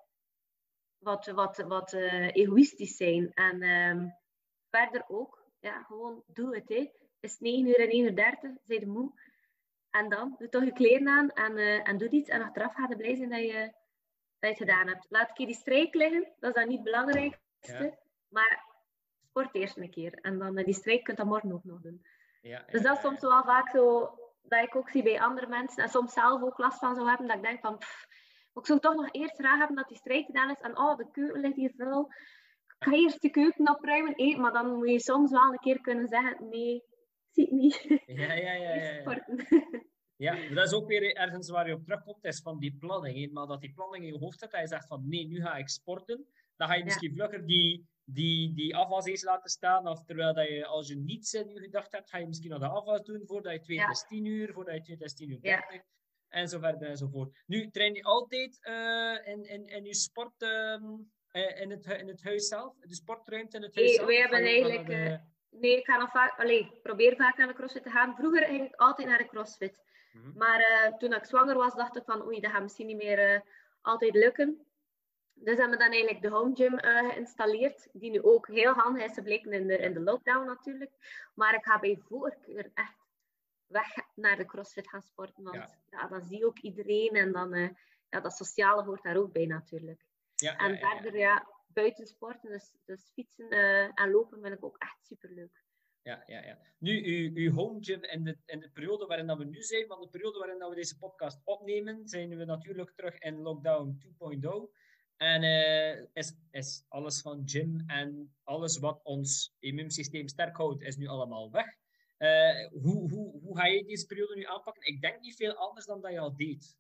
wat egoïstisch zijn. En verder ook, gewoon doe het. Is het 9 uur en 1 uur 30, zijn je moe. En dan, doe toch je kleren aan en doe iets. En achteraf ga je blij zijn dat je het gedaan hebt. Laat een keer die strijk liggen, dat is dan niet het belangrijkste. Ja. Maar sport eerst een keer. En dan die strijk kunt je morgen ook nog doen. Dus dat is soms wel vaak zo, dat ik ook zie bij andere mensen. En soms zelf ook last van zou hebben, dat ik denk van... ik zou toch nog eerst graag hebben dat die strijk gedaan is. En de keuken ligt hier vuil. Ik ga eerst de keuken opruimen. Maar dan moet je soms wel een keer kunnen zeggen... Nee, zie het niet. Ja, dat is ook weer ergens waar je op terugkomt, is van die planning. Eenmaal dat die planning in je hoofd zit, dat je zegt van nee, nu ga ik sporten, dan ga je misschien vlugger die afwas eens laten staan, of terwijl dat je, als je niets in je gedacht hebt, ga je misschien nog de afwas doen, voordat je 2 is 10 uur, voordat je 2 is 10 uur 30, en zo verder enzovoort. Nu, train je altijd in je sport, in het huis zelf, de sportruimte in het huis zelf? Wij hebben eigenlijk... Nee, ik ga nog probeer vaak naar de CrossFit te gaan. Vroeger ging ik altijd naar de CrossFit. Maar toen ik zwanger was, dacht ik van oei, dat gaat misschien niet meer altijd lukken. Dus hebben we dan eigenlijk de home gym geïnstalleerd. Die nu ook heel handig is gebleken in de lockdown natuurlijk. Maar ik ga bij voorkeur echt weg naar de CrossFit gaan sporten. Want dan zie je ook iedereen. En dan dat sociale hoort daar ook bij natuurlijk. En verder buiten sporten, dus fietsen en lopen vind ik ook echt superleuk. Ja. Nu, uw home gym in de periode waarin dat we nu zijn, want de periode waarin dat we deze podcast opnemen, zijn we natuurlijk terug in lockdown 2.0. En is alles van gym en alles wat ons immuunsysteem sterk houdt, is nu allemaal weg. Hoe ga je deze periode nu aanpakken? Ik denk niet veel anders dan dat je al deed.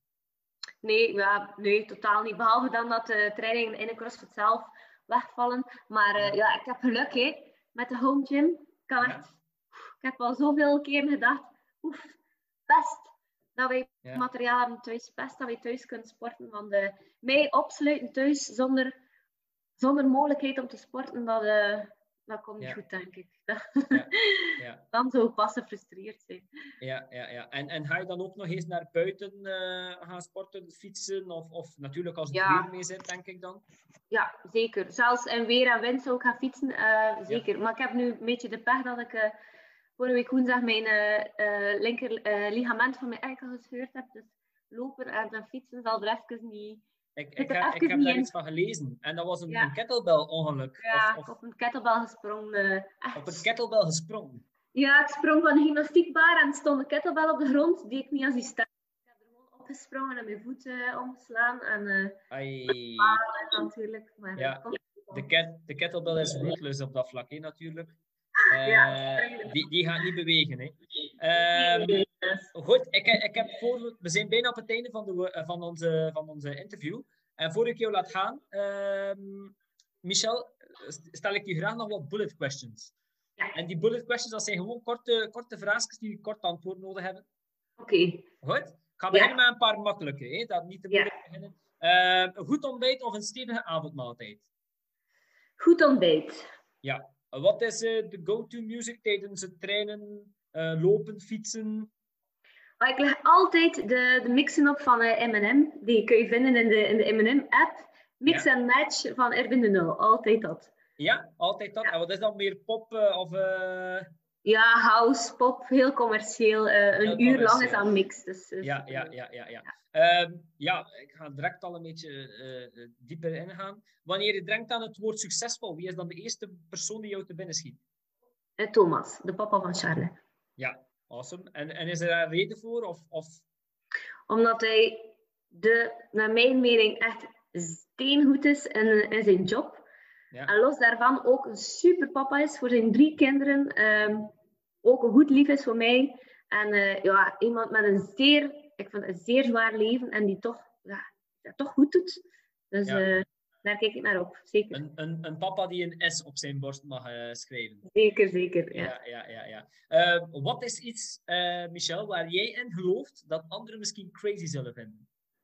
Nee, totaal niet. Behalve dan dat de trainingen in de CrossFit zelf wegvallen. Maar ik heb geluk met de home gym. Ik heb al zoveel keer gedacht, best dat wij materiaal hebben thuis, best dat wij thuis kunnen sporten. Want mij opsluiten thuis zonder mogelijkheid om te sporten, dat komt niet goed, denk ik. Dan zou ik pas gefrustreerd zijn. Ja. En ga je dan ook nog eens naar buiten gaan sporten, fietsen? Of natuurlijk als het weer mee zit, denk ik dan? Ja, zeker. Zelfs in weer en wind zou ik gaan fietsen, zeker. Maar ik heb nu een beetje de pech dat ik vorige week woensdag mijn linker ligament van mijn enkel gescheurd heb. Dus lopen en fietsen zal er even niet... Ik heb daar iets van gelezen. En dat was een kettlebell-ongeluk. Ja, ik heb op een kettlebell gesprongen. Op een kettlebell gesprongen? Ja, ik sprong van de gymnastiekbar en stond een kettlebell op de grond. Die ik niet als die staan. Ik heb er gewoon opgesprongen en mijn voeten omgeslaan. En natuurlijk. Maar de kettlebell is ruthless op dat vlak, natuurlijk. Die gaat niet bewegen. Goed, we zijn bijna op het einde van onze interview. En voor ik jou laat gaan, Michelle, stel ik je graag nog wat bullet questions. Ja. En die bullet questions, dat zijn gewoon korte vraagjes die kort antwoord nodig hebben. Oké. Goed? ga beginnen met een paar makkelijke. Hè? Dat niet te moeilijk beginnen. Een goed ontbijt of een stevige avondmaaltijd? Goed ontbijt. Ja. Wat is de go-to music tijdens het trainen, lopen, fietsen? Ik leg altijd de mixen op van M&M. Die kun je vinden in de M&M-app. Mix and match van Erwin de Nul. Altijd dat. Ja, altijd dat. Ja. En wat is dan meer pop of... Ja, house, pop, heel commercieel. Een uur lang is aan mix. Dus, Ja. Ik ga direct al een beetje dieper ingaan. Wanneer je denkt aan het woord succesvol, wie is dan de eerste persoon die jou te binnen schiet? Thomas, de papa van Charles. Ja, awesome. En is er daar een reden voor? Of... Omdat hij, naar mijn mening, echt steengoed is in zijn job. Ja. En los daarvan ook een super papa is voor zijn 3 kinderen. Ook een goed lief is voor mij. En iemand met een zeer zwaar leven en die toch goed doet. Dus daar kijk ik naar op, zeker. Een papa die een S op zijn borst mag schrijven. Zeker, ja. Wat is iets, Michelle, waar jij in gelooft dat anderen misschien crazy zullen vinden?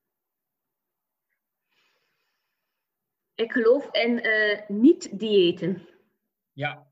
Ik geloof in niet-diëten. Ja.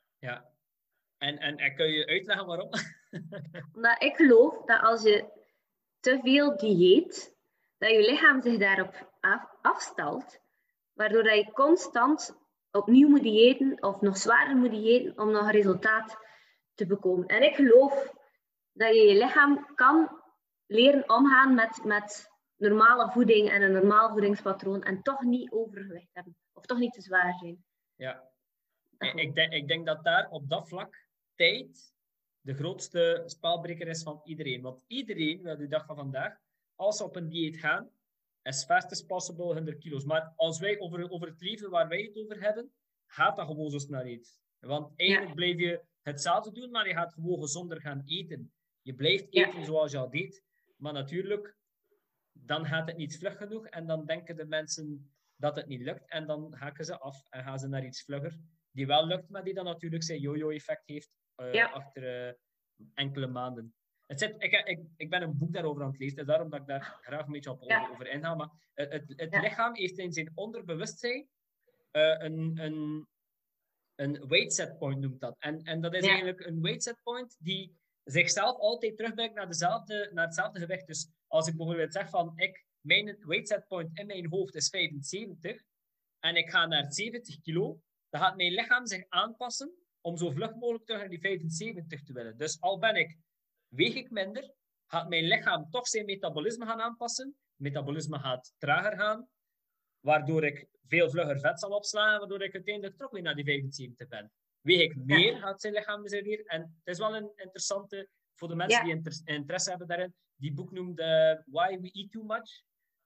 En kun je uitleggen waarom? Omdat ik geloof dat als je te veel dieet, dat je lichaam zich daarop afstelt, waardoor dat je constant opnieuw moet diëten of nog zwaarder moet diëten om nog een resultaat te bekomen. En ik geloof dat je lichaam kan leren omgaan met normale voeding en een normaal voedingspatroon en toch niet overgewicht hebben. Of toch niet te zwaar zijn. Ja. Ik denk dat daar op dat vlak tijd de grootste spelbreker is van iedereen. Want iedereen wil de dag van vandaag, als ze op een dieet gaan, as fast as possible 100 kilo's. Maar als wij over het leven waar wij het over hebben, gaat dat gewoon zo snel niet. Want eigenlijk blijf je hetzelfde doen, maar je gaat gewoon gezonder gaan eten. Je blijft eten zoals je al deed. Maar natuurlijk, dan gaat het niet vlug genoeg en dan denken de mensen dat het niet lukt. En dan haken ze af en gaan ze naar iets vlugger. Die wel lukt, maar die dan natuurlijk zijn yo-yo-effect heeft achter enkele maanden. Ik ben een boek daarover aan het lezen, dus daarom dat ik daar graag een beetje over inga. Maar het lichaam heeft in zijn onderbewustzijn een weight set point, noemt dat. En dat is eigenlijk een weight set point die zichzelf altijd terugbrengt naar hetzelfde gewicht. Dus als ik bijvoorbeeld zeg van, mijn weight set point in mijn hoofd is 75 en ik ga naar 70 kilo, dan gaat mijn lichaam zich aanpassen om zo vlug mogelijk terug naar die 75 te willen. Dus al weeg ik minder, gaat mijn lichaam toch zijn metabolisme gaan aanpassen. Het metabolisme gaat trager gaan, waardoor ik veel vlugger vet zal opslaan, waardoor ik uiteindelijk toch weer naar die 75 ben. Weeg ik meer, gaat zijn lichaam reserveren. En het is wel een interessante, voor de mensen die interesse hebben daarin, die boek noemt Why We Eat Too Much.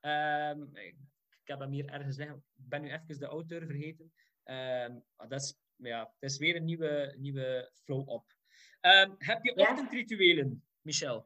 Ik heb hem hier ergens liggen. Ik ben nu even de auteur vergeten. Het is weer een nieuwe flow op. Heb je ochtendrituelen, Michelle?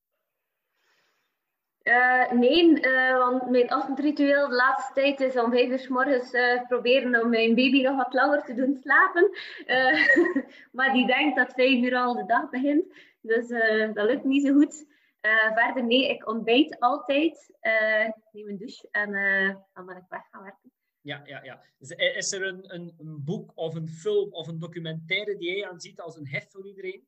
Nee, want mijn ochtendritueel de laatste tijd is om 5 uur 's morgens proberen om mijn baby nog wat langer te doen slapen. Maar die denkt dat 5 uur al de dag begint. Dus dat lukt niet zo goed. Verder nee, ik ontbijt altijd. Ik neem een douche en dan ben ik weg gaan werken. Ja. Is er een boek of een film of een documentaire die jij aanziet als een hef voor iedereen?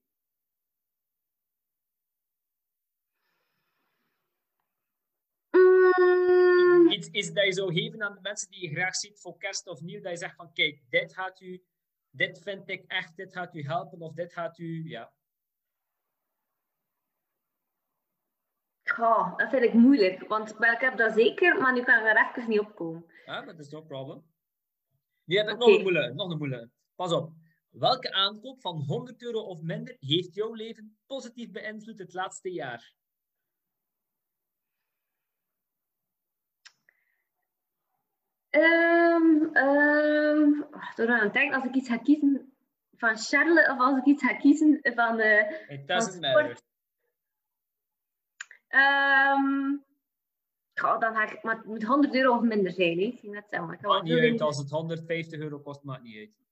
Iets dat je zou geven aan de mensen die je graag ziet voor kerst of nieuw, dat je zegt van kijk, dit vind ik echt, dit gaat u helpen of dit gaat u, Dat vind ik moeilijk, want ik heb dat zeker, maar nu kan ik er even niet op komen. Dat is no problem. Nu heb ik nog een moeilijke. Pas op. Welke aankoop van €100 of minder heeft jouw leven positief beïnvloed het laatste jaar? Door aan het denken, als ik iets ga kiezen van Charles of als ik iets ga kiezen van It doesn't matter. Dan ga ik, maar het moet €100 of minder zijn. Ik zie net zo. Maakt niet uit, als het €150 kost, maakt niet uit.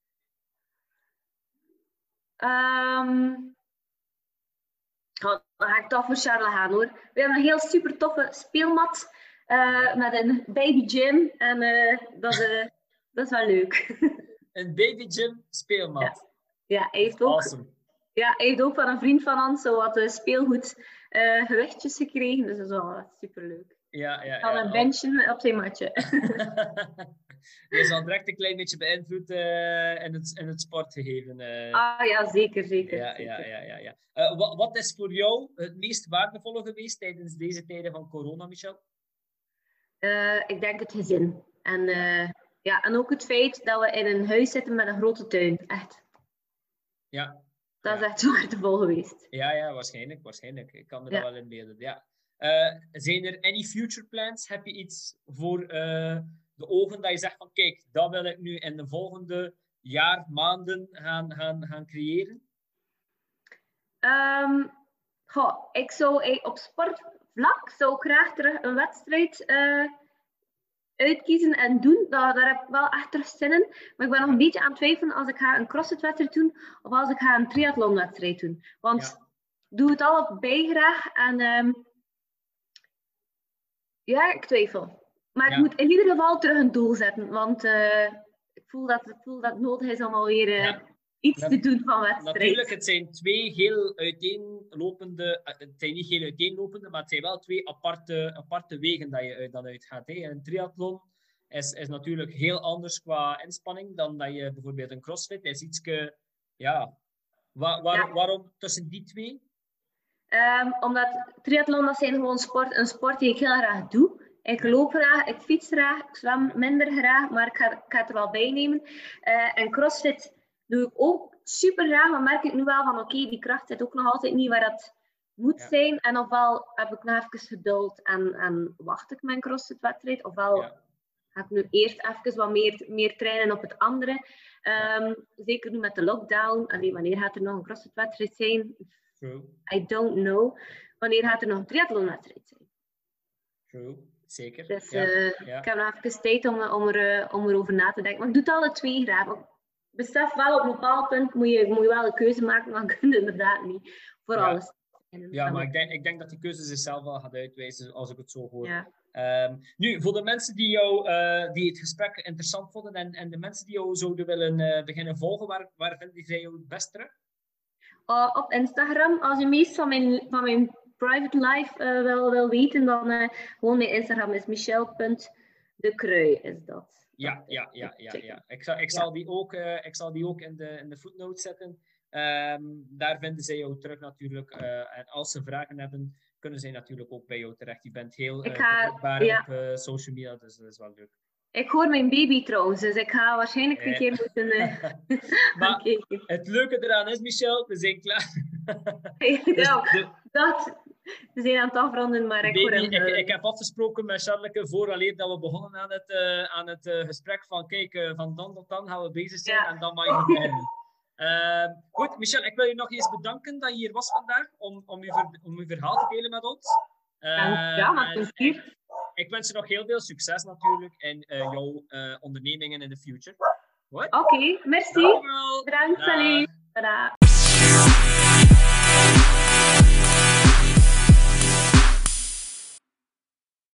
Dan ga ik toch voor Charles gaan, hoor. We hebben een heel super toffe speelmat met een baby gym. En dat is wel leuk. Een baby gym speelmat. Ja, hij heeft ook... Awesome. Ja, hij heeft ook van een vriend van ons zo wat speelgoed gewichtjes gekregen. Dus dat is wel superleuk. Ja. Kan een benchen op zijn matje. Je is al direct een klein beetje beïnvloed in het sportgegeven. Ja, zeker. Ja. Wat is voor jou het meest waardevolle geweest tijdens deze tijden van corona, Michel? Ik denk het gezin. En ook het feit dat we in een huis zitten met een grote tuin. Echt. Ja. Dat is echt waardevol geweest. Ja, waarschijnlijk. Ik kan me dat wel inbeelden. Ja. Zijn er any future plans? Heb je iets voor de ogen dat je zegt van kijk, dat wil ik nu in de volgende jaar, maanden gaan creëren? Ik zou op sportvlak graag terug een wedstrijd uitkiezen en doen. Daar heb ik wel echt terug zin in. Maar ik ben nog een beetje aan het twijfelen als ik ga een crossfit-wedstrijd doen of als ik ga een triathlon-wedstrijd doen. Want ik doe het allebei graag en ik twijfel. Maar ik moet in ieder geval terug een doel zetten, want ik voel dat het nodig is om alweer iets te doen van wedstrijd. Natuurlijk, het zijn twee heel uiteenlopende, het zijn niet heel uiteenlopende, maar het zijn wel twee aparte wegen dat je dan uitgaat. Hè. Een triathlon is natuurlijk heel anders qua inspanning dan dat je bijvoorbeeld een crossfit is. Ietske, waarom tussen die twee? Omdat triathlon, dat zijn gewoon een sport die ik heel graag doe. Ik loop graag, ik fiets graag, ik zwem minder graag, maar ik ga het er wel bij nemen. En crossfit doe ik ook super graag, maar merk ik nu wel van oké, die kracht zit ook nog altijd niet waar dat moet zijn. En ofwel heb ik nog even geduld en wacht ik mijn crossfit-wedstrijd, ofwel ga ik nu eerst even wat meer trainen op het andere. Zeker nu met de lockdown. Alleen wanneer gaat er nog een crossfit-wedstrijd zijn? True. I don't know. Wanneer gaat er nog een triathlon-wedstrijd zijn? True. Zeker. Dus ik heb nog even tijd om erover na te denken. Maar ik doe het alle twee graag. Maar ik besef wel, op een bepaald punt moet je wel een keuze maken, maar ik kan het inderdaad niet voor alles. Ja, maar ik denk dat die keuze zichzelf wel gaat uitwijzen, als ik het zo hoor. Ja. Nu, voor de mensen die het gesprek interessant vonden en de mensen die jou zouden willen beginnen volgen, waar vinden zij jou het best terug? Op Instagram. Als je meest van mijn private life wil weten, dan gewoon mijn Instagram is michel.dekrui is dat. Ja. Ik zal die ook in de footnotes zetten. Daar vinden zij jou terug natuurlijk. En als ze vragen hebben, kunnen zij natuurlijk ook bij jou terecht. Je bent heel bereikbaar op social media, dus dat is wel leuk. Ik hoor mijn baby trouwens, dus ik ga waarschijnlijk een keer moeten maar kijken. Het leuke eraan is, Michel, we zijn klaar. We zijn aan het afronden, maar ik heb afgesproken met Charleke vooraleer dat we begonnen aan het gesprek van kijk, van dan tot dan gaan we bezig zijn en dan mag je beginnen. Goed, Michel, ik wil je nog eens bedanken dat je hier was vandaag om je verhaal te delen met ons. Ik wens je nog heel veel succes natuurlijk in jouw ondernemingen in de future. Oké, merci. Bedankt, salut.